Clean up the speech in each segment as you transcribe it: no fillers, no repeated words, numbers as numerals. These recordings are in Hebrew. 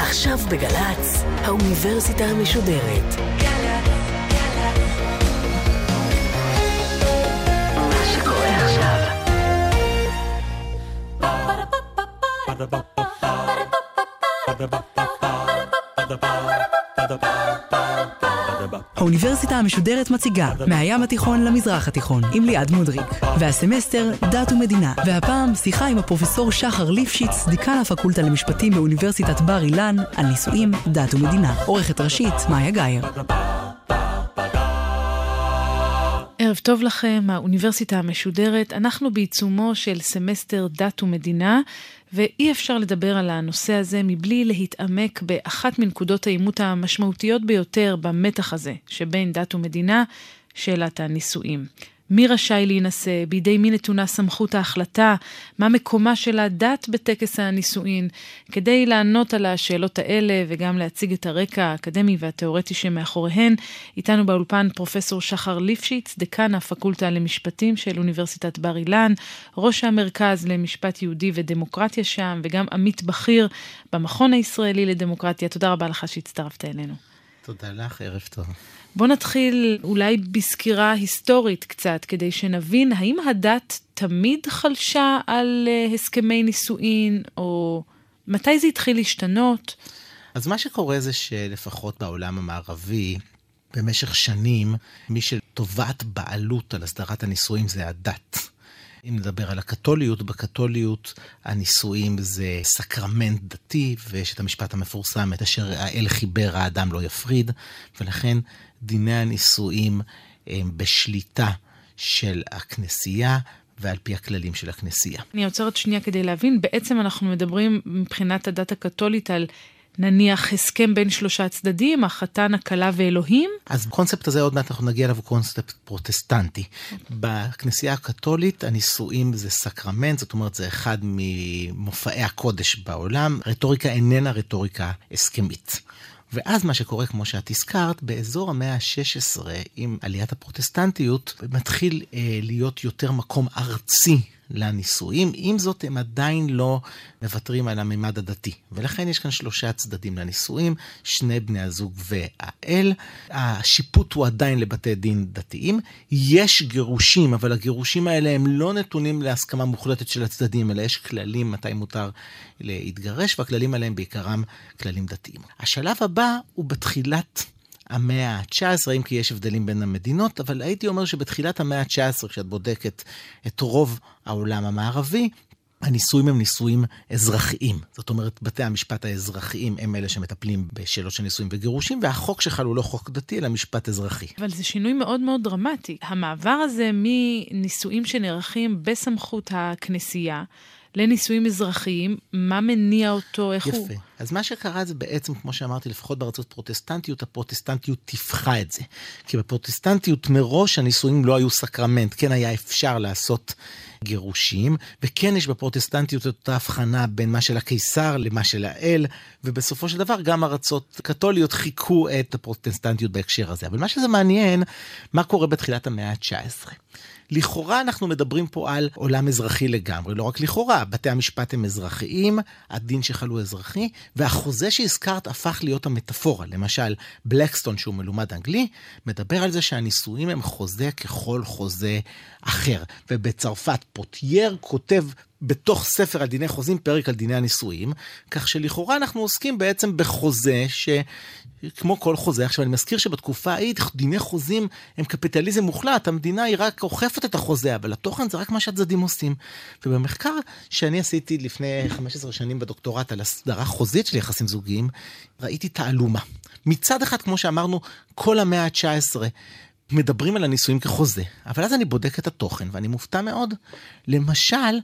עכשיו בגלץ, האוניברסיטה המשודרת. מה שקורה עכשיו. האוניברסיטה המשודרת מציגה מהים התיכון למזרח התיכון עם ליעד מודריק, והסמסטר דת ומדינה, והפעם שיחה עם הפרופסור שחר ליפשיץ, דיקן הפקולטה למשפטים באוניברסיטת בר אילן, על נישואים, דת ומדינה. עורכת ראשית מאיה גאייר. ערב טוב לכם, האוניברסיטה המשודרת. אנחנו בעיצומו של סמסטר דת ומדינה, ואי אפשר לדבר על הנושא הזה מבלי להתעמק באחת מנקודות העימות המשמעותיות ביותר במתח הזה, שבין דת ומדינה, שאלת הנישואים. מי רשאי להינשא? בידי מי נתונה סמכות ההחלטה? מה מקומה של הדת בטקס הנישואין? כדי לענות על השאלות האלה וגם להציג את הרקע האקדמי והתיאורטי שמאחוריהן, איתנו באולפן פרופסור שחר ליפשיץ, דיקן הפקולטה למשפטים של אוניברסיטת בר אילן, ראש המרכז למשפט יהודי ודמוקרטיה שם, וגם עמית בכיר במכון הישראלי לדמוקרטיה. תודה רבה לך שהצטרפת אלינו. תודה לך, ערב טוב. בוא נתחיל אולי בסקירה היסטורית קצת, כדי שנבין האם הדת תמיד חלשה על הסכמי נישואין, או מתי זה התחיל להשתנות? אז מה שקורה זה שלפחות בעולם המערבי, במשך שנים, מי שתובעת בעלות על הסדרת הנישואין זה הדת. אם נדבר על הקתוליות, בקתוליות הנישואים זה סקרמנט דתי, ויש את המשפט המפורסם, את אשר האל חיבר האדם לא יפריד, ולכן דיני הנישואים הם בשליטה של הכנסייה, ועל פי הכללים של הכנסייה. אני עוצרת שנייה כדי להבין, בעצם אנחנו מדברים מבחינת הדת הקתולית על נניח הסכם בין שלושה צדדים, החתן, הכלה ואלוהים? אז הקונספט הזה עוד מעט אנחנו נגיע אליו, הוא קונספט פרוטסטנטי. בכנסייה הקתולית הנישואים זה סקרמנט, זאת אומרת זה אחד ממופעי הקודש בעולם, רטוריקה איננה רטוריקה הסכמית. ואז מה שקורה, כמו שאת הזכרת, באזור המאה ה-16, עם עליית הפרוטסטנטיות, מתחיל להיות יותר מקום ארצי לנישואים, עם זאת הם עדיין לא מוותרים על הממד הדתי. ולכן יש כאן שלושה צדדים לנישואים, שני בני הזוג והאל. השיפוט הוא עדיין לבתי דין דתיים. יש גירושים, אבל הגירושים האלה הם לא נתונים להסכמה מוחלטת של הצדדים, אלא יש כללים מתי מותר להתגרש, והכללים עליהם בעיקרם כללים דתיים. השלב הבא הוא בתחילת המאה ה-19, אם כי יש הבדלים בין המדינות, אבל הייתי אומר שבתחילת המאה ה-19, כשאת בודקת את רוב העולם המערבי, הנישואים הם נישואים אזרחיים. זאת אומרת, בתי המשפט האזרחיים הם אלה שמטפלים בשאלות של נישואים וגירושים, והחוק שחל הוא לא חוק דתי, אלא משפט אזרחי. אבל זה שינוי מאוד מאוד דרמטי. המעבר הזה מנישואים שנערכים בסמכות הכנסייה, לנישואים אזרחיים, מה מניע אותו, איך הוא? יפה. אז מה שקרה זה בעצם, כמו שאמרתי, לפחות בארצות פרוטסטנטיות, הפרוטסטנטיות תפחה את זה. כי בפרוטסטנטיות מראש הנישואים לא היו סקרמנט, כן היה אפשר לעשות גירושים, וכן יש בפרוטסטנטיות אותה הבחנה בין מה של הקיסר למה של האל, ובסופו של דבר גם ארצות קתוליות חיכו את הפרוטסטנטיות בהקשר הזה. אבל מה שזה מעניין, מה קורה בתחילת המאה ה-19? לכאורה אנחנו מדברים פה על עולם אזרחי לגמרי, לא רק לכאורה, בתי המשפט הם אזרחיים, הדין שחלו אזרחי, והחוזה שהזכרת הפך להיות המטאפורה. למשל, בלקסטון, שהוא מלומד אנגלי, מדבר על זה שהנישואים הם חוזה ככל חוזה אחר. ובצרפת פוטייר כותב בתוך ספר על דיני חוזים פרק על דיני הנישואים, כך שלכאורה אנחנו עוסקים בעצם בחוזה כמו כל חוזה. עכשיו אני מזכיר שבתקופה ההיא דיני חוזים הם קפיטליזם מוחלט, המדינה היא רק אוכפת את החוזה, אבל התוכן זה רק מה שהצדדים עושים. ובמחקר שאני עשיתי לפני 15 שנים בדוקטורט על הסדרה חוזית של יחסים זוגיים, ראיתי תעלומה. מצד אחד, כמו שאמרנו, כל המאה ה-19 מדברים על הנישואים כחוזה, אבל אז אני בודק את התוכן ואני מופתע מאוד. למשל,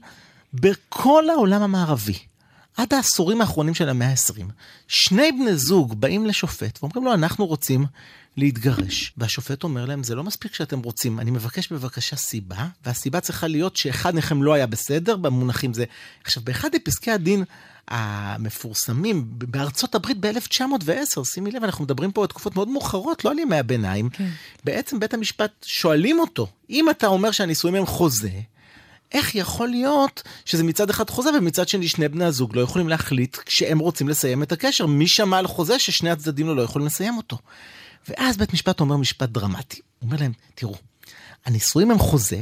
בכל העולם המערבי, עד העשורים האחרונים של המאה ה-20, שני בני זוג באים לשופט ואומרים לו, אנחנו רוצים להתגרש. והשופט אומר להם, זה לא מספיק שאתם רוצים, אני מבקש בבקשה סיבה, והסיבה צריכה להיות שאחד מכם לא היה בסדר, במונחים זה. עכשיו, באחד מפסקי הדין המפורסמים בארצות הברית ב-1910, שימי לב, אנחנו מדברים פה על תקופות מאוד מאוחרות, לא על ימי הביניים, בעצם בית המשפט שואלים אותו, אם אתה אומר שהנישואים הם חוזה, איך יכול להיות שזה מצד אחד חוזה, ומצד שני שני בני הזוג לא יכולים להחליט כשהם רוצים לסיים את הקשר? מי שמע על חוזה ששני הצדדים לא יכולים לסיים אותו? ואז בית משפט אומר משפט דרמטי. הוא אומר להם, תראו, הנישואים הם חוזה,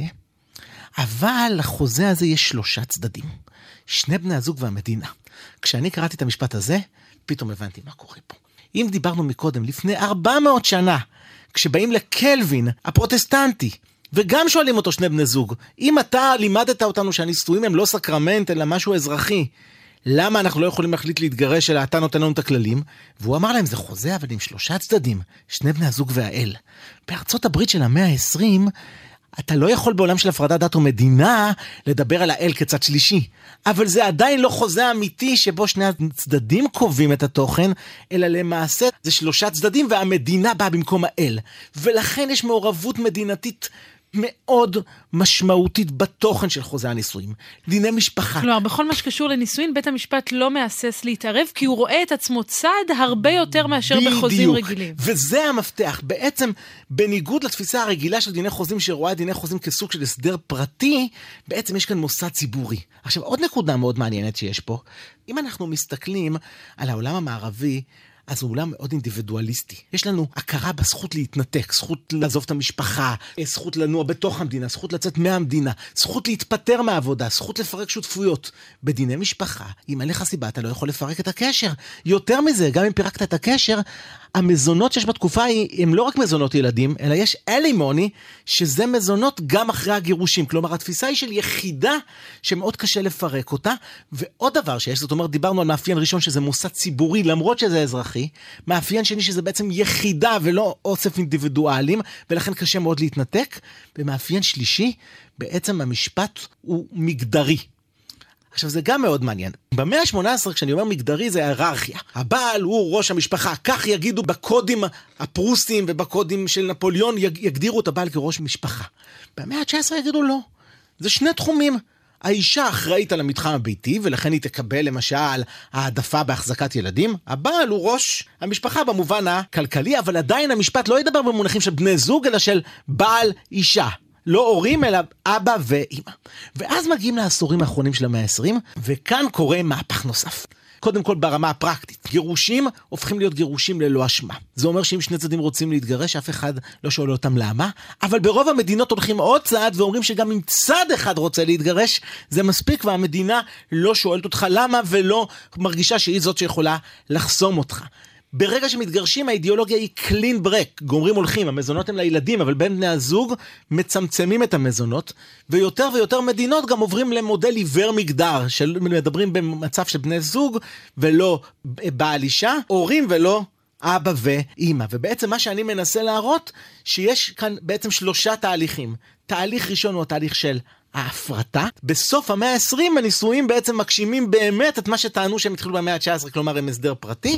אבל לחוזה הזה יש 3 צדדים. שני בני הזוג והמדינה. כשאני קראתי את המשפט הזה, פתאום הבנתי מה קורה פה. אם דיברנו מקודם, לפני 400 שנה, כשבאים לקלווין, הפרוטסטנטי, וגם שואלים אותו שני בני זוג, אם אתה לימדת אותנו שהנישואים הם לא סקרמנט, אלא משהו אזרחי, למה אנחנו לא יכולים להחליט להתגרש, אלא אתה נותן לנו את הכללים? והוא אמר להם, זה חוזה, אבל עם 3 צדדים, שני בני הזוג והאל. בארצות הברית של המאה ה-20, אתה לא יכול בעולם של הפרדת דת ומדינה לדבר על האל כצד שלישי. אבל זה עדיין לא חוזה אמיתי שבו שני הצדדים קובעים את התוכן, אלא למעשה זה 3 צדדים והמדינה באה במקום האל. ולכן יש מעורבות מדינתית מאוד משמעותית בתוכן של חוזה הנישואים. דיני משפחה. כלומר, בכל מה שקשור לנישואים, בית המשפט לא מהסס להתערב, כי הוא רואה את עצמו צד הרבה יותר מאשר בחוזים רגילים. וזה המפתח. בעצם, בניגוד לתפיסה הרגילה של דיני חוזים, שרואה את דיני חוזים כסוג של הסדר פרטי, בעצם יש כאן מוסד ציבורי. עכשיו, עוד נקודה מאוד מעניינת שיש פה. אם אנחנו מסתכלים על העולם המערבי, אז הוא עולם מאוד אינדיבידואליסטי. יש לנו הכרה בזכות להתנתק, זכות לעזוב את המשפחה, זכות לנוע בתוך המדינה, זכות לצאת מהמדינה, זכות להתפטר מהעבודה, זכות לפרק שותפויות. בדיני משפחה, אם אין לך סיבה, אתה לא יכול לפרק את הקשר. יותר מזה, גם אם פירקת את הקשר, המזונות שיש בתקופה הם לא רק מזונות ילדים, אלא יש אלימוני, שזה מזונות גם אחרי הגירושים. כלומר, התפיסה היא של יחידה שמאוד קשה לפרק אותה. ועוד דבר שיש, זאת אומרת, דיברנו על מאפיין ראשון שזה מוסד ציבורי, למרות שזה אזרחי. מאפיין שני שזה בעצם יחידה ולא אוסף אינדיבידואלים, ולכן קשה מאוד להתנתק. ומאפיין שלישי, בעצם המשפט הוא מגדרי. עכשיו זה גם מאוד מעניין. במאה ה-18 כשאני אומר מגדרי זה היררכיה. הבעל הוא ראש המשפחה. כך יגידו בקודים הפרוסים ובקודים של נפוליאון יגדירו את הבעל כראש משפחה. במאה ה-19 יגידו לא. זה 2 תחומים. האישה אחראית על המתחם הביתי, ולכן היא תקבל למשל העדפה בהחזקת ילדים. הבעל הוא ראש המשפחה במובן הכלכלי, אבל עדיין המשפט לא ידבר במונחים של בני זוג, אלא של בעל אישה. לא הורים, אלא אבא ואמא. ואז מגיעים לעשורים האחרונים של המאה ה-20, וכאן קורה מהפך נוסף. קודם כל ברמה הפרקטית. גירושים הופכים להיות גירושים ללא אשמה. זה אומר שאם שני צדדים רוצים להתגרש, אף אחד לא שואל אותם למה. אבל ברוב המדינות הולכים עוד צעד ואומרים שגם אם צד אחד רוצה להתגרש, זה מספיק והמדינה לא שואלת אותך למה ולא מרגישה שהיא זאת שיכולה לחסום אותך. ברגע שמתגרשים האידיאולוגיה היא clean break, גומרים הולכים, המזונות הם לילדים, אבל בין בני הזוג מצמצמים את המזונות, ויותר ויותר מדינות גם עוברים למודל עיוור מגדר, שמדברים במצב של בני זוג, ולא בעל אישה, הורים ולא אבא ואמא. ובעצם מה שאני מנסה להראות, שיש כאן בעצם 3 תהליכים. תהליך ראשון הוא התהליך של ההפרטה. בסוף המאה ה-20 הנישואים בעצם מגשימים באמת את מה שטענו שהם התחילו במאה ה-19, כלומר הם הסדר פרטי.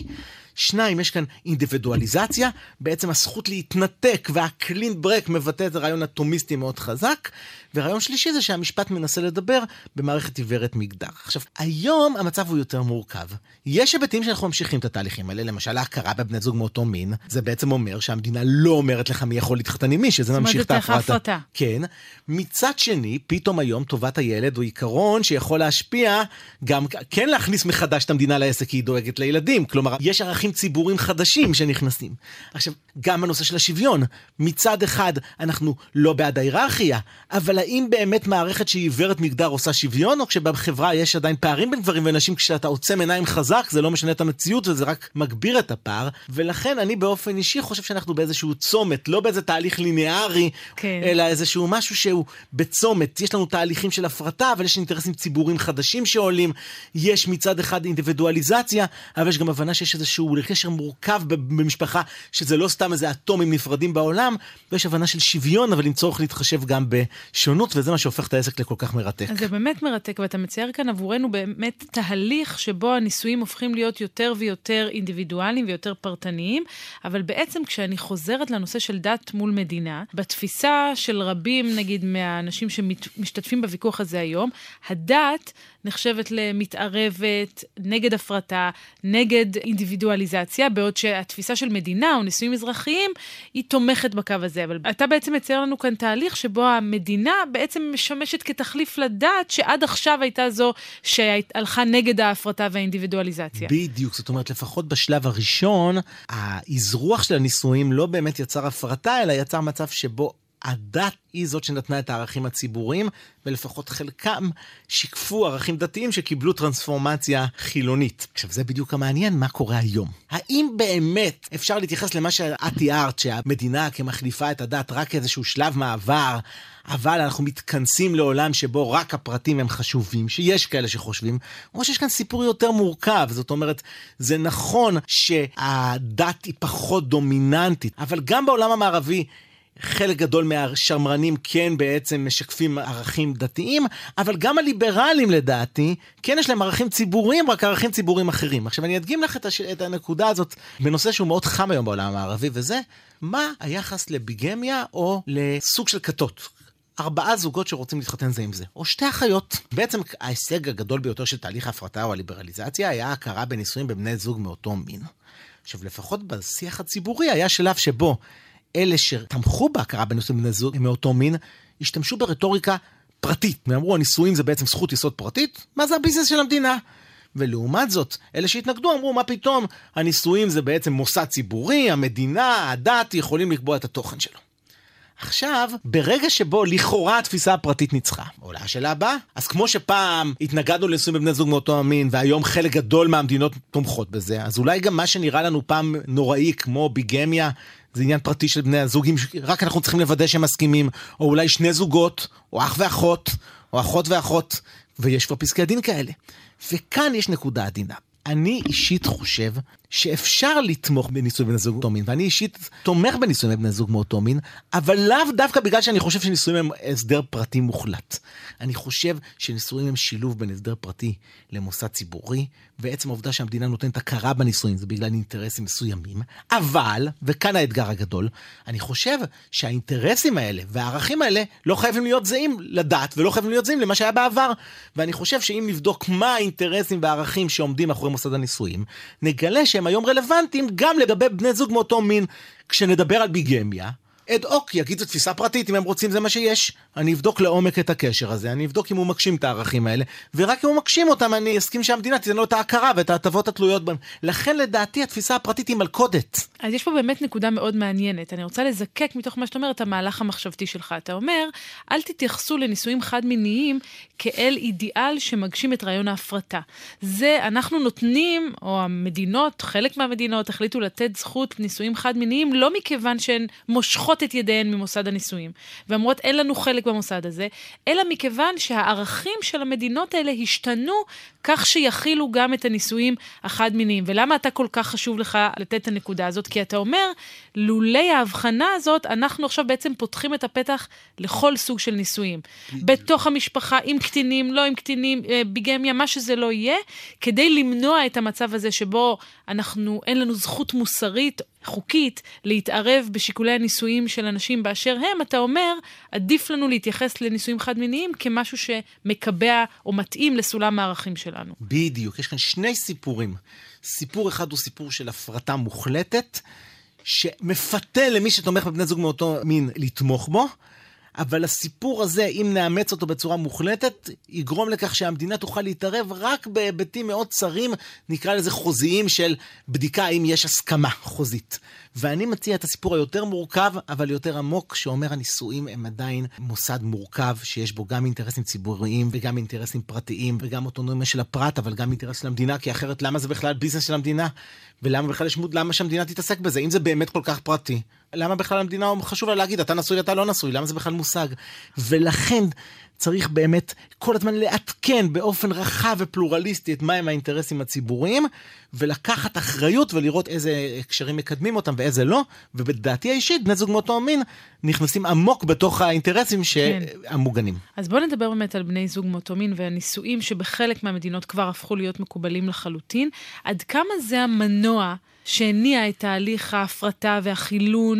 2, יש כאן אינדיבידואליזציה, בעצם הזכות להתנתק, והקלין ברק מבטא את הרעיון אטומיסטי מאוד חזק, ורעיון שלישי זה שהמשפט מנסה לדבר במערכת עיוורת מגדר. עכשיו, היום המצב הוא יותר מורכב. יש היבטים שאנחנו ממשיכים את התהליכים האלה, למשל ההכרה בבני זוג מאותו מין, זה בעצם אומר שהמדינה לא אומרת לך מי יכול להתחתן עם מי, שזה ממשיך את ההפרטה. כן. מצד שני, פתאום היום טובת הילד הוא עיקרון שיכול להשפיע, גם כן להכניס מחדש את המדינה לעסק, כי היא דואגת לילדים. כלומר, יש ערכים ציבוריים חדשים שנכנסים. עכשיו, גם הנושא של השוויון. מצד אחד, אנחנו לא בעד ההיררכיה, אבל האם באמת מערכת שהיא עיוורת מגדר עושה שוויון, או כשבחברה יש עדיין פערים בין גברים ונשים, כשאתה עוצם עיניים חזק, זה לא משנה את המציאות, וזה רק מגביר את הפער, ולכן אני באופן אישי חושב שאנחנו באיזשהו צומת, לא באיזה תהליך ליניארי, כן. אלא איזשהו משהו שהוא בצומת. יש לנו תהליכים של הפרטה, אבל יש אינטרסים ציבוריים חדשים שעולים, יש מצד אחד אינדיבידואליזציה, אבל יש גם הבנה שיש איזשהו קשר מורכב במשפחה, שזה לא סתם איזה אטומים נפרדים בעולם, ויש הבנה של שוויון, אבל עם צורך להתחשב גם בשונות, וזה מה שהופך את העסק לכל כך מרתק. אז זה באמת מרתק, ואתה מצייר כאן עבורנו באמת תהליך שבו הנישואים הופכים להיות יותר ויותר אינדיבידואליים ויותר פרטניים, אבל בעצם כשאני חוזרת לנושא של דת מול מדינה, בתפיסה של רבים, נגיד, מהאנשים שמשתתפים בוויכוח הזה היום, הדת נחשבת למתערבת, נגד הפרטה, נגד אינדיבידואליזציה, לגליזציה, בעוד שהתפיסה של מדינה או נישואים אזרחיים היא תומכת בקו הזה. אבל אתה בעצם מצייר לנו כאן תהליך שבו המדינה בעצם משמשת כתחליף לדת שעד עכשיו הייתה זו שהלכה נגד ההפרטה והאינדיבידואליזציה. בדיוק, זאת אומרת, לפחות בשלב הראשון, האזרוח של הנישואים לא באמת יצר הפרטה, אלא יצר מצב שבו הדת היא זאת שנתנה את הערכים הציבוריים, ולפחות חלקם שיקפו ערכים דתיים שקיבלו טרנספורמציה חילונית. עכשיו, זה בדיוק המעניין, מה קורה היום. האם באמת אפשר להתייחס למה שאת תיארת, שהמדינה כמחליפה את הדת רק איזשהו שלב מעבר, אבל אנחנו מתכנסים לעולם שבו רק הפרטים הם חשובים, שיש כאלה שחושבים, או שיש כאן סיפור יותר מורכב, זאת אומרת, זה נכון שהדת היא פחות דומיננטית, אבל גם בעולם המערבי, חלק גדול מהשמרנים כן בעצם משקפים ערכים דתיים, אבל גם הליברלים לדעתי, כן יש להם ערכים ציבוריים, רק ערכים ציבוריים אחרים. עכשיו אני אדגים לך את הנקודה הזאת בנושא שהוא מאוד חם היום בעולם המערבי, וזה מה היחס לביגמיה או לסוג של כתות. 4 זוגות שרוצים להתחתן זה עם זה, או 2 אחיות. בעצם ההישג הגדול ביותר של תהליך ההפרטה או הליברליזציה היה הכרה בנישואים בבני זוג מאותו מין. עכשיו לפחות בשיח הציבורי היה שלב שבו אלה שתמכו בהכרה בנישואים בני זוג מאותו מין, השתמשו ברטוריקה פרטית. ואמרו, הנישואים זה בעצם זכות יסוד פרטית, מה זה הביזנס של המדינה? ולעומת זאת, אלה שהתנגדו אמרו, מה פתאום? הנישואים זה בעצם מוסד ציבורי, המדינה, הדת, יכולים לקבוע את התוכן שלו. עכשיו, ברגע שבו לכאורה התפיסה הפרטית ניצחה, עולה השאלה הבאה, אז כמו שפעם התנגדנו לנישואים בבני זוג מאותו המין, והיום חלק גדול מהמדינות תומכות בזה, אז אולי גם מה שנראה לנו פעם נוראי כמו ביגמיה, זה עניין פרטי של בני הזוגים, רק אנחנו צריכים לוודא שהם מסכימים, או אולי 2 זוגות, או אח ואחות, או אחות ואחות, ויש כבר פסקי הדין כאלה. וכאן יש נקודה עדינה. אני אישית חושב שאפשר לתמוך בנישואים בני זוג מאותו מין, ואני אישית תומך בנישואים בני זוג מאותו מין, אבל לאו דווקא בגלל שאני חושב שנישואים הם הסדר פרטי מוחלט. אני חושב שנישואים הם שילוב בין הסדר פרטי למוסד ציבורי, ועצם העובדה שהמדינה נותנת הכרה בנישואים, זה בגלל אינטרסים מסוימים, אבל, וכאן האתגר הגדול, אני חושב שהאינטרסים האלה והערכים האלה לא חייבים להיות זהים לדת, ולא חייבים להיות זהים למה שהיה בעבר, ואני חושב שאם נבדוק מה האינטרסים והערכים שעומדים מאחורי מוסד הנישואים, נגלה שהם היום רלוונטיים גם לגבי בני זוג מאותו מין. כשנדבר על ביגמיה, אד-אוק יגיד זו תפיסה פרטית, אם הם רוצים זה מה שיש. אני אבדוק לעומק את הקשר הזה, אני אבדוק אם הוא מגשים את הערכים האלה, ורק אם הוא מגשים אותם אני אסכים שהמדינה תיתן לו את ההכרה ואת ההטבות התלויות בהם. לכן לדעתי התפיסה הפרטית היא מלכודת. אז יש פה באמת נקודה מאוד מעניינת. אני רוצה לזקק מתוך מה שאתה אומר את המהלך המחשבתי שלך. אתה אומר, אל תתייחסו לנישואים חד-מיניים כאל אידיאל שמגשים את רעיון ההפרטה. זה אנחנו נותנים, או המדינות, חלק מהמדינות החליטו לתת זכות נישואים חד-מיניים, לא מכיוון שהן מושכות את ידיהן ממוסד הנישואים, ואמרות אין לנו חלק במוסד הזה, אלא מכיוון שהערכים של המדינות האלה השתנו כך שיכילו גם את הנישואים החד-מיניים. ולמה אתה כל כך חשוב לך לתת את הנקודה הזאת? כי אתה אומר, לולי ההבחנה הזאת, אנחנו עכשיו בעצם פותחים את הפתח לכל סוג של נישואים. בתוך המשפחה, עם קטינים, לא עם קטינים, ביגמיה, מה שזה לא יהיה, כדי למנוע את המצב הזה שבו אין לנו זכות מוסרית, חוקית, להתערב בשיקולי הנישואים של אנשים באשר הם. אתה אומר, עדיף לנו להתייחס לנישואים חד-מיניים כמשהו שמקבע או מתאים לסולם הערכים שלנו. בדיוק, יש כאן 2 סיפורים. סיפור אחד הוא סיפור של הפרטה מוחלטת, שמפתה למי שתומך בבני זוג מאותו מין לתמוך בו, אבל הסיפור הזה, אם נאמץ אותו בצורה מוחלטת, יגרום לכך שהמדינה תוכל להתערב רק בהיבטים מאוד צרים, נקרא לזה חוזיים של בדיקה האם יש הסכמה חוזית. ואני מציע את הסיפור היותר מורכב, אבל יותר עמוק, שאומר הנישואים הם עדיין מוסד מורכב, שיש בו גם אינטרסים ציבוריים, וגם אינטרסים פרטיים, וגם אוטונומיה של הפרט, אבל גם אינטרס של המדינה, כי אחרת למה זה בכלל ביזנס של המדינה? ולמה בכלל יש למה שהמדינה תתעסק בזה? אם זה באמת כל כך פרטי, למה בכלל המדינה חשוב לה להגיד, אתה נשוי, אתה לא נשוי, למה זה בכלל מושג? ולכן צריך באמת כל הזמן לעדכן באופן רחב ופלורליסטי את מהם האינטרסים הציבוריים, ולקחת אחריות ולראות איזה הקשרים מקדמים אותם ואיזה לא, ובדעתי האישית, בני זוג מאותו מין נכנסים עמוק בתוך האינטרסים המוגנים. אז בואו נדבר באמת על בני זוג מאותו מין והנישואים שבחלק מהמדינות כבר הפכו להיות מקובלים לחלוטין. עד כמה זה המנוע שהניע את תהליך ההפרטה והחילון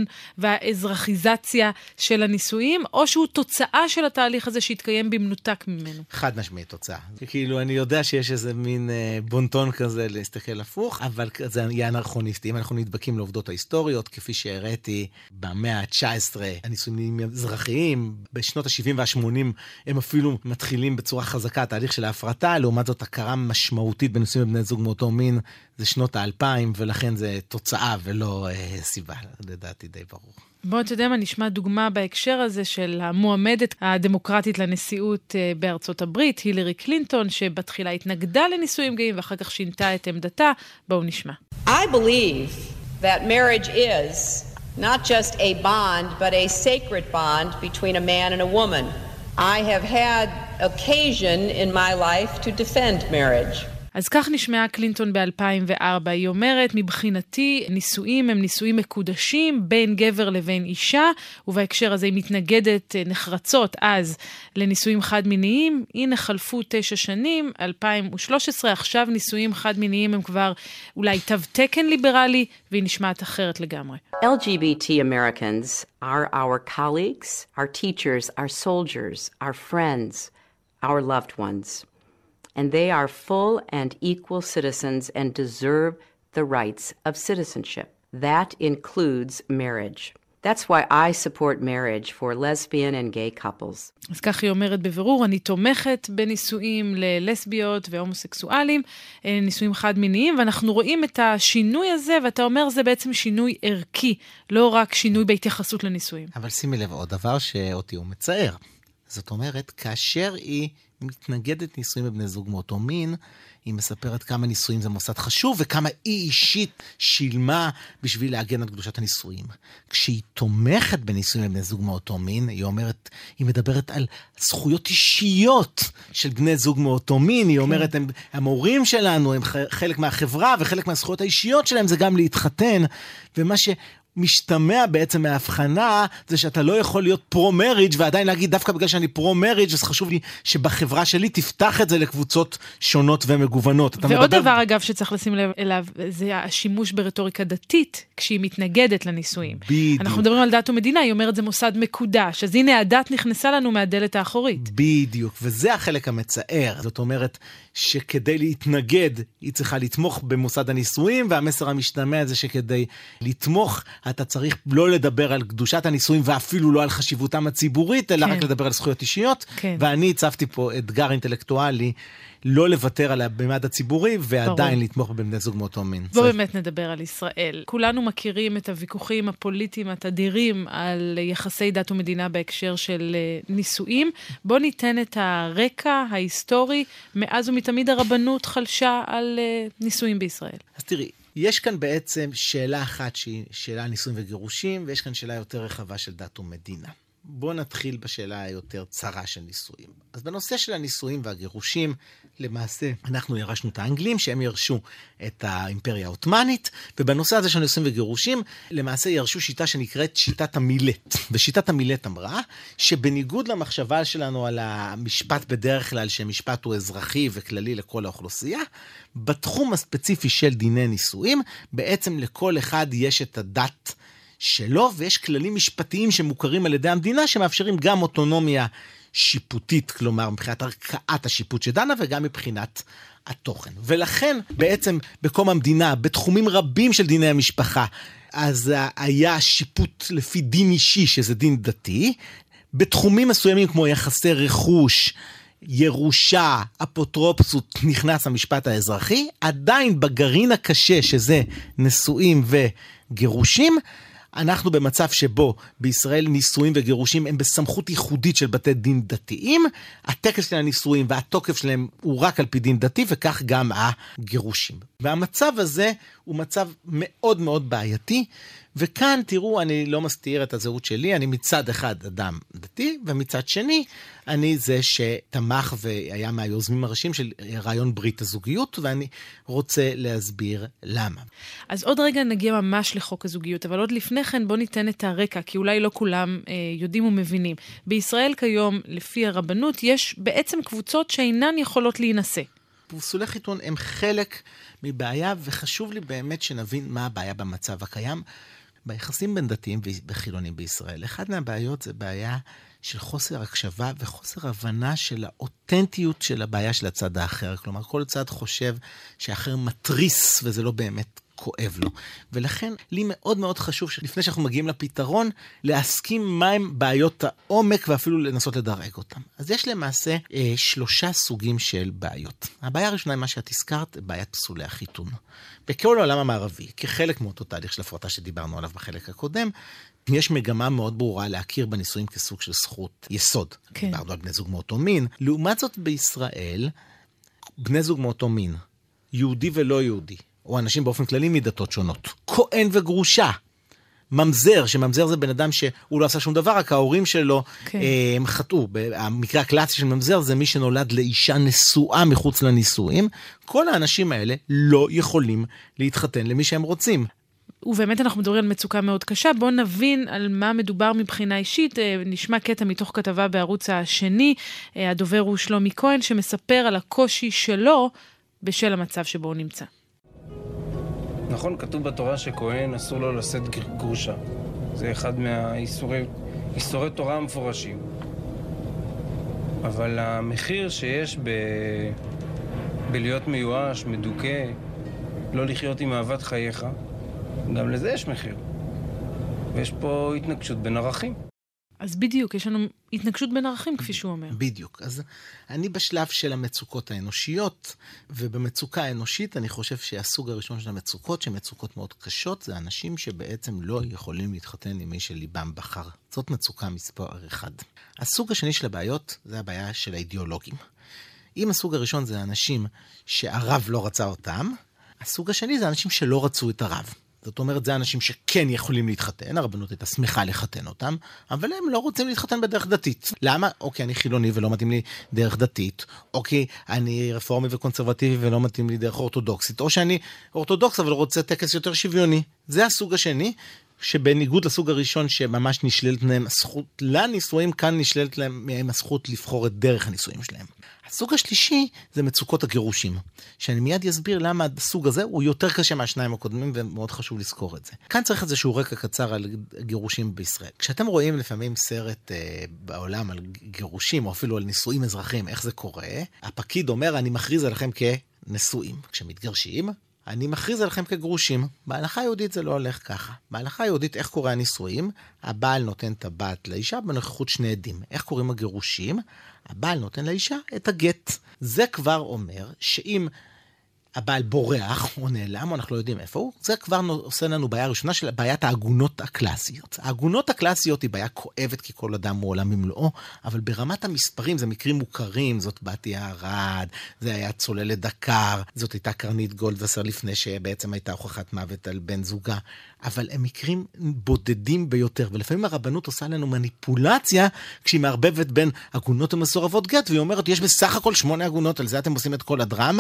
והאזרחיזציה של הנישואים, או שהוא תוצאה של התהליך הזה שהתקיים במנותק ממנו? חד משמעית תוצאה. כאילו, אני יודע שיש איזה מין בונטון כזה להסתכל הפוך, אבל זה יהיה אנרכוניסטי. אם אנחנו נדבקים לעובדות ההיסטוריות, כפי שהראיתי במאה ה-19, הנישואים אזרחיים, בשנות ה-70 וה-80, הם אפילו מתחילים בצורה חזקה, תהליך של ההפרטה, לעומת זאת הכרה משמעותית בנישואים בבני זוג מאותו מין, זה שנות ה-2000, ולכן זה תוצאה ולא סיבה, לדעתי די ברור. בואו, אתה יודע מה, נשמע דוגמה בהקשר הזה של המועמדת הדמוקרטית לנשיאות בארצות הברית, הילרי קלינטון, שבתחילה התנגדה לנישואים גאים ואחר כך שינתה את עמדתה. בואו נשמע. I believe that marriage is not just a bond, but a sacred bond between a man and a woman. I have had occasion in my life to defend marriage. אז כך נשמעה קלינטון ב-2004. היא אומרת, מבחינתי נישואים הם נישואים מקודשים בין גבר לבין אישה, ובהקשר הזה היא מתנגדת נחרצות אז לנישואים חד-מיניים. הנה חלפו 9 שנים, 2013, עכשיו נישואים חד-מיניים הם כבר אולי תו תקן ליברלי, והיא נשמעת אחרת לגמרי. LGBT Americans are our colleagues, our teachers, our soldiers, our friends, our loved ones. And they are full and equal citizens and deserve the rights of citizenship. That includes marriage. That's why I support marriage for lesbian and gay couples. אז כך היא אומרת בבירור, אני תומכת בנישואים ללסביות והומוסקסואלים, נישואים חד-מיניים, ואנחנו רואים את השינוי הזה, ואתה אומר זה בעצם שינוי ערכי, לא רק שינוי בהתייחסות לנישואים. אבל שימי לב עוד דבר שאותי הוא מצער. זאת אומרת, כאשר היא מתנגדת נישואים בבני זוג מאותו מין, היא מספרת כמה נישואים זה מוסד חשוב, וכמה היא אישית שילמה בשביל להגן על קדושת הנישואים. כשהיא תומכת בנישואים בבני זוג מאותו מין, היא אומרת, היא מדברת על זכויות אישיות של בני זוג מאותו מין, היא אומרת, המורים שלנו הם חלק מהחברה, וחלק מהזכויות האישיות שלהם זה גם להתחתן, ומה משתמע בעצם מההבחנה, זה שאתה לא יכול להיות פרו-מריג' ועדיין להגיד, דווקא בגלל שאני פרו-מריג' אז חשוב לי שבחברה שלי תפתח את זה לקבוצות שונות ומגוונות. ועוד דבר אגב שצריך לשים לב אליו, זה השימוש ברטוריקה דתית, כשהיא מתנגדת לנישואים. בדיוק. אנחנו מדברים על דת ומדינה, היא אומרת זה מוסד מקודש, אז הנה הדת נכנסה לנו מהדלת האחורית. בדיוק, וזה החלק המצער. זאת אומרת שכדי להתנגד, היא צריכה לתמוך במוסד הנישואים, והמסר המשתמע זה שכדי לתמוך, אתה צריך לא לדבר על קדושת הנישואים, ואפילו לא על חשיבותם הציבורית, אלא רק לדבר על זכויות אישיות. ואני הצבתי פה אתגר אינטלקטואלי, לא לוותר על הממד הציבורי, ועדיין לתמוך בבני זוג מאותו מין. בוא באמת נדבר על ישראל. כולנו מכירים את הוויכוחים הפוליטיים התדירים על יחסי דת ומדינה בהקשר של נישואים. בוא ניתן את הרקע ההיסטורי, מאז ומתמיד הרבנות חלשה על נישואים בישראל. אז תראי, יש כאן בעצם שאלה אחת שהיא שאלה על נישואים וגירושים, ויש כאן שאלה יותר רחבה של דת ומדינה. בואו נתחיל בשאלה היותר צרה של נישואים. אז בנושא של הנישואים והגירושים, למעשה אנחנו ירשנו את האנגלים, שהם ירשו את האימפריה העות'מאנית, ובנושא הזה של נישואים וגירושים, למעשה ירשו שיטה שנקראת שיטת המילט. ושיטת המילט אמרה, שבניגוד למחשבה שלנו על המשפט בדרך כלל, שמשפט הוא אזרחי וכללי לכל האוכלוסייה, בתחום הספציפי של דיני נישואים, בעצם לכל אחד יש את הדת שלו, ויש כללים משפטיים שמוכרים על ידי המדינה, שמאפשרים גם אוטונומיה שיפוטית, כלומר מבחינת ערכאת השיפוט שדנה, וגם מבחינת התוכן. ולכן בעצם בקום המדינה, בתחומים רבים של דיני המשפחה, אז היה שיפוט לפי דין אישי, שזה דין דתי, בתחומים מסוימים כמו יחסי רכוש, ירושה, אפוטרופסות, נכנס המשפט האזרחי, עדיין בגרעין הקשה, שזה נישואים וגירושים, אנחנו במצב שבו בישראל נישואים וגירושים הם בסמכות ייחודית של בתי דין דתיים, הטקס של הנישואים והתוקף שלהם הוא רק על פי דין דתי, וכך גם הגירושים. והמצב הזה הוא מצב מאוד מאוד בעייתי, וכאן תראו, אני לא מסתיר את הזהות שלי, אני מצד אחד אדם דתי, ומצד שני אני זה שתמך והיה מהיוזמים הראשיים של רעיון ברית הזוגיות, ואני רוצה להסביר למה. אז עוד רגע נגיע ממש לחוק הזוגיות, אבל עוד לפני כן בוא ניתן את הרקע, כי אולי לא כולם יודעים ומבינים. בישראל כיום, לפי הרבנות, יש בעצם קבוצות שאינן יכולות להינשא. פסולי חיתון הם חלק מבעיה, וחשוב לי באמת שנבין מה הבעיה במצב הקיים. ביחסים בין דתיים וחילונים בישראל, אחד מהבעיות זה בעיה של חוסר הקשבה וחוסר הבנה של האותנטיות של הבעיה של הצד האחר. כלומר, כל צד חושב שהאחר מטריס וזה לא באמת כואב לו. ולכן לי מאוד מאוד חשוב שלפני שאנחנו מגיעים לפתרון, להסכים מהם בעיות העומק ואפילו לנסות לדרג אותם. אז יש למעשה 3 סוגים של בעיות. הבעיה הראשונה היא מה שאת הזכרת, בעיית פסולי החיתון. בכל העולם המערבי, כחלק מאותו תהליך של הפרטה שדיברנו עליו בחלק הקודם, יש מגמה מאוד ברורה להכיר בנישואים כסוג של זכות יסוד. כן. דיברנו על בני זוג מאותו מין. לעומת זאת בישראל, בני זוג מאותו מין, יהודי ולא יהודי, או אנשים באופן כללי מדתות שונות, כהן וגרושה, ממזר, שממזר זה בן אדם שהוא לא עשה שום דבר, רק ההורים שלו הם חטאו. המקרה הקלאסי של ממזר זה מי שנולד לאישה נשואה מחוץ לנישואים. כל האנשים האלה לא יכולים להתחתן למי שהם רוצים. ובאמת אנחנו מדברים על מצוקה מאוד קשה. בואו נבין על מה מדובר מבחינה אישית. נשמע קטע מתוך כתבה בערוץ השני. הדובר הוא שלומי כהן, שמספר על הקושי שלו בשל המצב שבו הוא נמצא. נכון, כתוב בתורה שכהן אסור לו לשאת גרושה. זה אחד מהאיסורי תורה המפורשים. אבל המחיר שיש בלהיות מיואש, מדוכא, לא לחיות עם אהבת חייך, גם לזה יש מחיר. ויש פה התנגשות בין ערכים. אז בדיוק, יש לנו התנגשות בין ערכים, כפי שהוא אומר. בדיוק. אז אני בשלב של המצוקות האנושיות, ובמצוקה האנושית אני חושב שהסוג הראשון של המצוקות, שמצוקות מאוד קשות, זה אנשים שבעצם לא יכולים להתחתן עם מי שליבם בחר. זאת מצוקה מספר 1. הסוג השני של הבעיות, זה הבעיה של האידיאולוגים. אם הסוג הראשון זה אנשים שהרב לא רצה אותם, הסוג השני זה אנשים שלא רצו את הרב. זאת אומרת, זה אנשים שכן יכולים להתחתן, הרבנות הייתה שמחה לחתן אותם, אבל הם לא רוצים להתחתן בדרך דתית. למה? אוקיי, אני חילוני ולא מתאים לי דרך דתית, אוקיי, אני רפורמי וקונסרבטיבי ולא מתאים לי דרך אורתודוקסית, או שאני אורתודוקס אבל רוצה טקס יותר שוויוני. זה הסוג השני, שבניגוד לסוג הראשון שממש נשללת מהם הזכות לנישואים, כאן נשללת מהם הזכות לבחור את דרך הנישואים שלהם. הסוג השלישי זה מצוקות הגירושים, שאני מיד אסביר למה הסוג הזה הוא יותר קשה מהשניים הקודמים, ומאוד חשוב לזכור את זה. כאן צריך איזשהו רקע קצר על גירושים בישראל. כשאתם רואים לפעמים סרט בעולם על גירושים, או אפילו על נישואים אזרחיים, איך זה קורה, הפקיד אומר, אני מכריז עליכם כנשואים. כשמתגרשים, אני מכריז עליכם כגרושים. בהלכה היהודית זה לא הולך ככה. בהלכה היהודית, איך קורה הנישואים? הבעל נותן את הבת לאישה בנוכחות 2 עדים. איך קוראים הגירושים? הבעל נותן לאישה את הגט. זה כבר אומר שאם הבעל בורח או נעלם, או אנחנו לא יודעים איפה הוא, זה כבר עושה לנו בעיה ראשונה של בעיית העגונות הקלאסיות. העגונות הקלאסיות היא בעיה כואבת, כי כל אדם הוא עולם במלואו, אבל ברמת המספרים זה מקרים מוכרים, זאת בתיה ארד, זה היה צוללת דקר, זאת הייתה קרנית גולדווסר לפני שבעצם הייתה הוכחת מוות על בן זוגה, אבל הם מקרים בודדים ביותר, ולפעמים הרבנות עושה לנו מניפולציה, כשהיא מערבבת בין עגונות ומסורבות גט, והיא אומרת, יש בסך הכל 8 עגונות, על זה אתם עושים את כל הדרמה.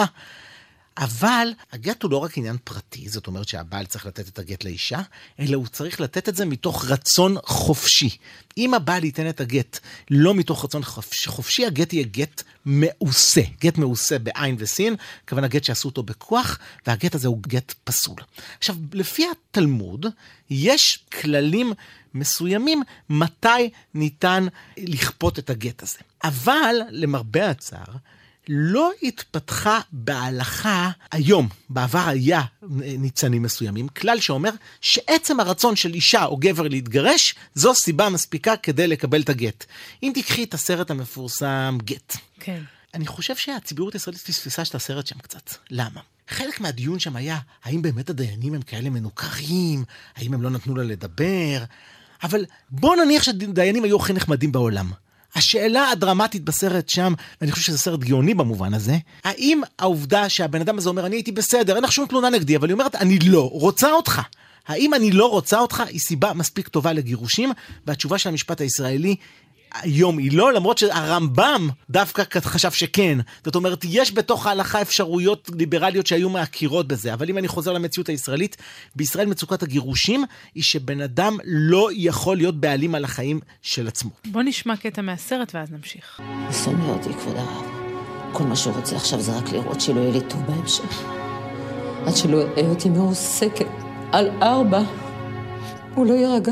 אבל הגט הוא לא רק עניין פרטי, זאת אומרת שהבעל צריך לתת את הגט לאישה, אלא הוא צריך לתת את זה מתוך רצון חופשי. אם הבעל ייתן את הגט לא מתוך רצון חופשי, הגט יהיה גט מעושה. גט מעושה בעין וסין, כוונה גט שעשו אותו בכוח, והגט הזה הוא גט פסול. עכשיו, לפי התלמוד, יש כללים מסוימים מתי ניתן לכפות את הגט הזה. אבל, למרבה הצער, לא התפתחה בהלכה היום, בעבר היה ניצנים מסוימים, כלל שאומר שעצם הרצון של אישה או גבר להתגרש, זו סיבה מספיקה כדי לקבל את הגט. אם תקחי את הסרט המפורסם גט. כן. אני חושב שהציבוריות הישראלית פספסה את הסרט שם קצת. למה? חלק מהדיון שם היה, האם באמת הדיינים הם כאלה מנוכרים, האם הם לא נתנו לה לדבר, אבל בוא נניח שדיינים היו הכי נחמדים בעולם. השאלה הדרמטית בסרט שם, ואני חושב שזה סרט גאוני במובן הזה, האם העובדה שהבן אדם הזה אומר, אני הייתי בסדר, אין לך שום תלונה נגדי, אבל היא אומרת, אני לא רוצה אותך. האם אני לא רוצה אותך היא סיבה מספיק טובה לגירושים, והתשובה של המשפט הישראלי היום היא לא, למרות שהרמב"ם דווקא חשב שכן. זאת אומרת, יש בתוך ההלכה אפשרויות ליברליות שהיו מהכירות בזה, אבל אם אני חוזר למציאות הישראלית, בישראל מצוקת הגירושים היא שבן אדם לא יכול להיות בעלים על החיים של עצמו. בוא נשמע קטע מהסרט ואז נמשיך. שונא אותי, כבוד הרב. כל מה שהוא רוצה עכשיו זה רק לראות שלא יהיה לי טוב בהמשך. עד שלא יראה אותי מעוסקת על 4, הוא לא יירגע.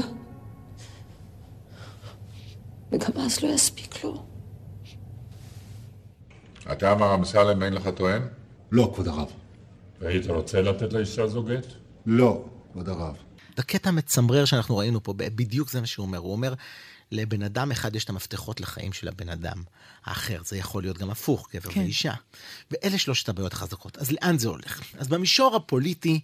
וגם אז לא יספיק לו. אתה מר אמסלם, אין לך טוען? לא, כבוד הרב. והיית רוצה לתת לאישה זו גט? לא, כבוד הרב. הקטע המצמרר שאנחנו ראינו פה, בדיוק זה מה שהוא אומר. הוא אומר, לבן אדם אחד יש את המפתחות לחיים של הבן אדם האחר. זה יכול להיות גם הפוך, גבר ואישה. ואלה שלושת הבעיות החזקות. אז לאן זה הולך? אז במישור הפוליטי,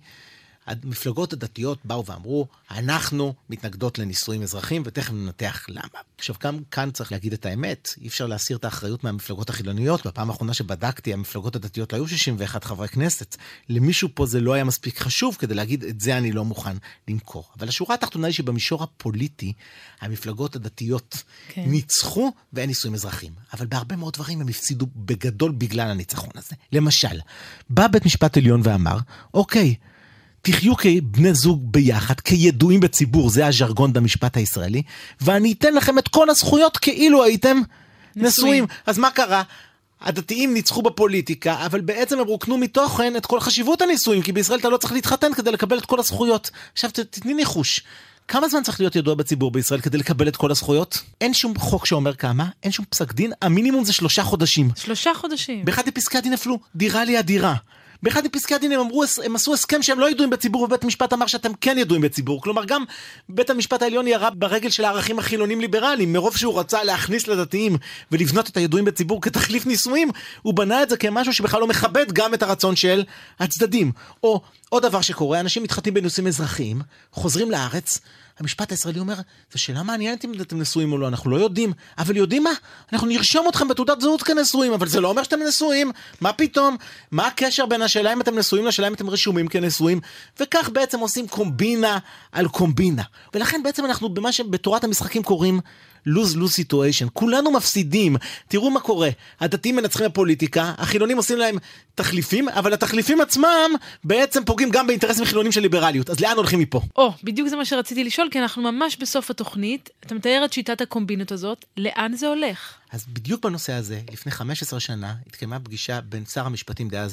המפלגות הדתיות באו ואמרו, אנחנו מתנגדות לנישואים אזרחיים, ותכף ננתח למה. עכשיו, כאן צריך להגיד את האמת, אי אפשר להסיר את האחריות מהמפלגות החילוניות. בפעם האחרונה שבדקתי, המפלגות הדתיות לא היו 61 חברי כנסת. למישהו פה זה לא היה מספיק חשוב, כדי להגיד, את זה אני לא מוכן למכור. אבל השורה התחתונה היא שבמישור הפוליטי, המפלגות הדתיות ניצחו, ואין נישואים אזרחיים. אבל בהרבה מאוד דברים הם הפסידו בגדול בגלל הניצחון הזה. למשל, בא בית משפט עליון ואמר, אוקיי, תחיו כבני זוג ביחד, כידועים בציבור, זה הז'רגון במשפט הישראלי, ואני אתן לכם את כל הזכויות כאילו הייתם נשואים. אז מה קרה? הדתיים ניצחו בפוליטיקה, אבל בעצם הם רוקנו מתוכן את כל חשיבות הנישואים, כי בישראל אתה לא צריך להתחתן כדי לקבל את כל הזכויות. עכשיו תתני ניחוש. כמה זמן צריך להיות ידוע בציבור בישראל כדי לקבל את כל הזכויות? אין שום חוק שאומר כמה, אין שום פסק דין, המינימום זה 3 חודשים. 3 חודשים. באחד מפסקי הדין אפילו דירה לי הדירה. באחד מפסקי הדין הם עשו הסכם שהם לא ידועים בציבור, ובית המשפט אמר שאתם כן ידועים בציבור. כלומר, גם בית המשפט העליון ירה ברגל של הערכים החילונים ליברליים, מרוב שהוא רצה להכניס לדתיים ולבנות את הידועים בציבור כתחליף נישואים, הוא בנה את זה כמשהו שבכלל לא מכבד גם את הרצון של הצדדים. או עוד דבר שקורה, אנשים מתחתנים בנישואים אזרחיים, חוזרים לארץ, המשפט הישראלי אומר, זו שאלה מעניינת אם אתם נשואים או לא, אנחנו לא יודעים, אבל יודעים מה? אנחנו נרשום אתכם בתעודת זהות כנשואים, אבל זה לא אומר שאתם נשואים, מה פתאום? מה הקשר בין השאלה אם אתם נשואים לשאלה אם אתם רשומים כנשואים? וכך בעצם עושים קומבינה על קומבינה. ולכן בעצם אנחנו במה שבתורת המשחקים קוראים lose-lose situation. כולנו מפסידים. תראו מה קורה. הדתיים מנצחים בפוליטיקה, החילונים עושים להם תחליפים, אבל התחליפים עצמם בעצם פוגעים גם באינטרסים חילונים של ליברליות. אז לאן הולכים מפה? בדיוק זה מה שרציתי לשאול, כי אנחנו ממש בסוף התוכנית. אתה מתאר את שיטת הקומבינות הזאת, לאן זה הולך? אז בדיוק בנושא הזה, לפני 15 שנה, התקיימה פגישה בין שר המשפטים דאז,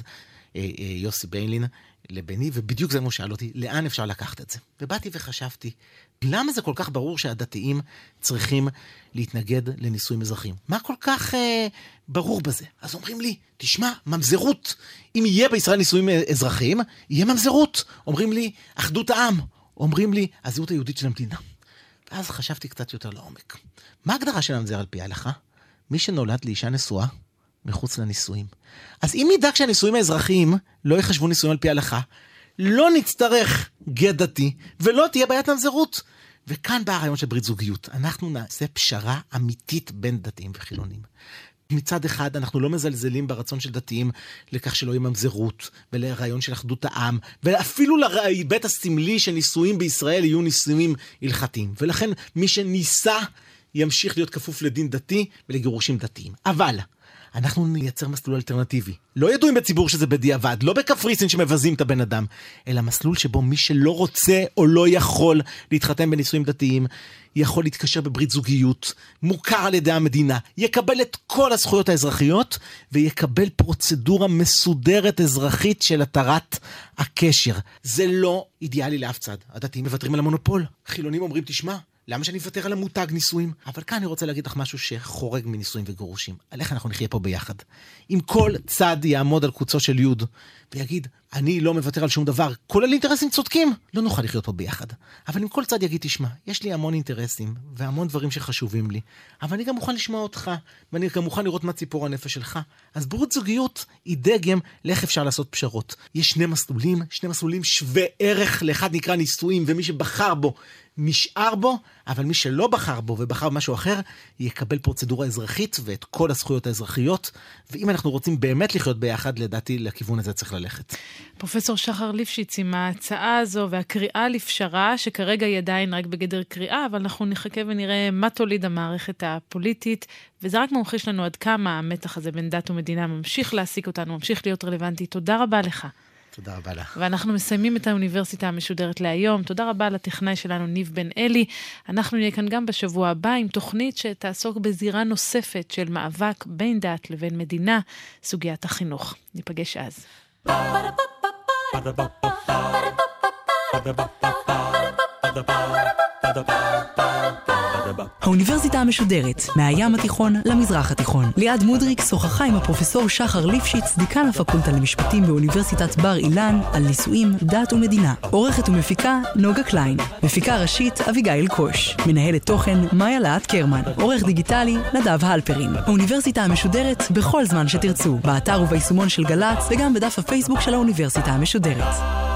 יוסי ביילין, לביני, ובדיוק זה מה שאל אותי, לאן אפשר לקחת את זה? ובאתי וחשבתי, למה זה כל כך ברור שהדתיים צריכים להתנגד לנישואים אזרחיים? מה כל כך ברור בזה? אז אומרים לי, תשמע, ממזרות. אם יהיה בישראל נישואים אזרחיים, יהיה ממזרות. אומרים לי, אחדות העם. אומרים לי, הזהות היהודית של המדינה. ואז חשבתי קצת יותר לעומק. מה ההגדרה של הממזר על פי ההלכה? מי שנולד לאישה נשואה, מחוץ לנישואים. אז אם נדאג שהנישואים האזרחיים לא יחשבו נישואים על פי ההלכה, לא נצטרך גט דתי, ולא תהיה בעיית ממזרות. וכאן בא הרעיון של ברית זוגיות. אנחנו נעשה פשרה אמיתית בין דתיים וחילונים. מצד אחד אנחנו לא מזלזלים ברצון של דתיים לכך שלא יהיה ממזרות, ולרעיון של אחדות העם, ואפילו להיבט הסמלי שנישואים בישראל יהיו נישואים הלכתיים. ולכן מי שניסה ימשיך להיות כפוף לדין דתי ולגירושים דתיים. אבל אנחנו נייצר מסלול אלטרנטיבי. לא ידועים בציבור שזה בדיעבד, לא בקפריסין שמבזים את הבן אדם, אלא מסלול שבו מי שלא רוצה או לא יכול להתחתן בנישואים דתיים, יכול להתקשר בברית זוגיות, מוכר על ידי המדינה, יקבל את כל הזכויות האזרחיות, ויקבל פרוצדורה מסודרת אזרחית של התרת הקשר. זה לא אידיאלי לאף צד. הדתיים מוותרים על המונופול. חילונים אומרים, תשמע, למה שאני אוותר על המותג נישואים? אבל כאן אני רוצה להגיד לך משהו שחורג מנישואים וגירושים. על איך אנחנו נחיה פה ביחד. אם כל צד יעמוד על קוצו של יוד, ויגיד, אני לא מוותר על שום דבר, כולל אינטרסים צודקים, לא נוכל לחיות פה ביחד. אבל אם כל צד יגיד, תשמע, יש לי המון אינטרסים, והמון דברים שחשובים לי, אבל אני גם מוכן לשמוע אותך, ואני גם מוכן לראות מה ציפור הנפש שלך. אז ברית זוגיות היא דגם לאיך אפשר לעשות פשרות. יש שני מסלולים שווה ערך, לאחד נקרא נישואים, ומי שבחר בו, נשאר בו, אבל מי שלא בחר בו ובחר משהו אחר, יקבל פרוצדורה אזרחית ואת כל הזכויות האזרחיות, ואם אנחנו רוצים באמת לחיות ביחד, לדעתי לכיוון הזה צריך ללכת. פרופסור שחר ליפשיץ, עם ההצעה הזו והקריאה לפשרה, שכרגע היא עדיין רק בגדר קריאה, אבל אנחנו נחכה ונראה מה תוליד המערכת הפוליטית, וזה רק ממחיש לנו עד כמה המתח הזה בין דת ומדינה ממשיך להעסיק אותנו, ממשיך להיות רלוונטי. תודה רבה לך. תודה רבה לך. ואנחנו מסיימים את האוניברסיטה המשודרת להיום. תודה רבה לטכנאי שלנו ניב בן אלי. אנחנו נהיה כאן גם בשבוע הבא עם תוכנית שתעסוק בזירה נוספת של מאבק בין דת לבין מדינה, סוגיית החינוך. ניפגש אז. האוניברסיטה המשודרת, מהים התיכון למזרח התיכון. ליעד מודריק שוחחה עם הפרופסור שחר ליפשיץ, דיקן הפקולטה למשפטים באוניברסיטת בר אילן, על נישואים, דת ומדינה. עורכת ומפיקה נוגה קליין. מפיקה ראשית אביגיל קוש. מנהלת תוכן מאיה להט קרמן. עורך דיגיטלי נדב הלפרין. האוניברסיטה המשודרת בכל זמן שתרצו, באתר וביישומון של גל"צ וגם בדף הפייסבוק של האוניברסיטה המשודרת.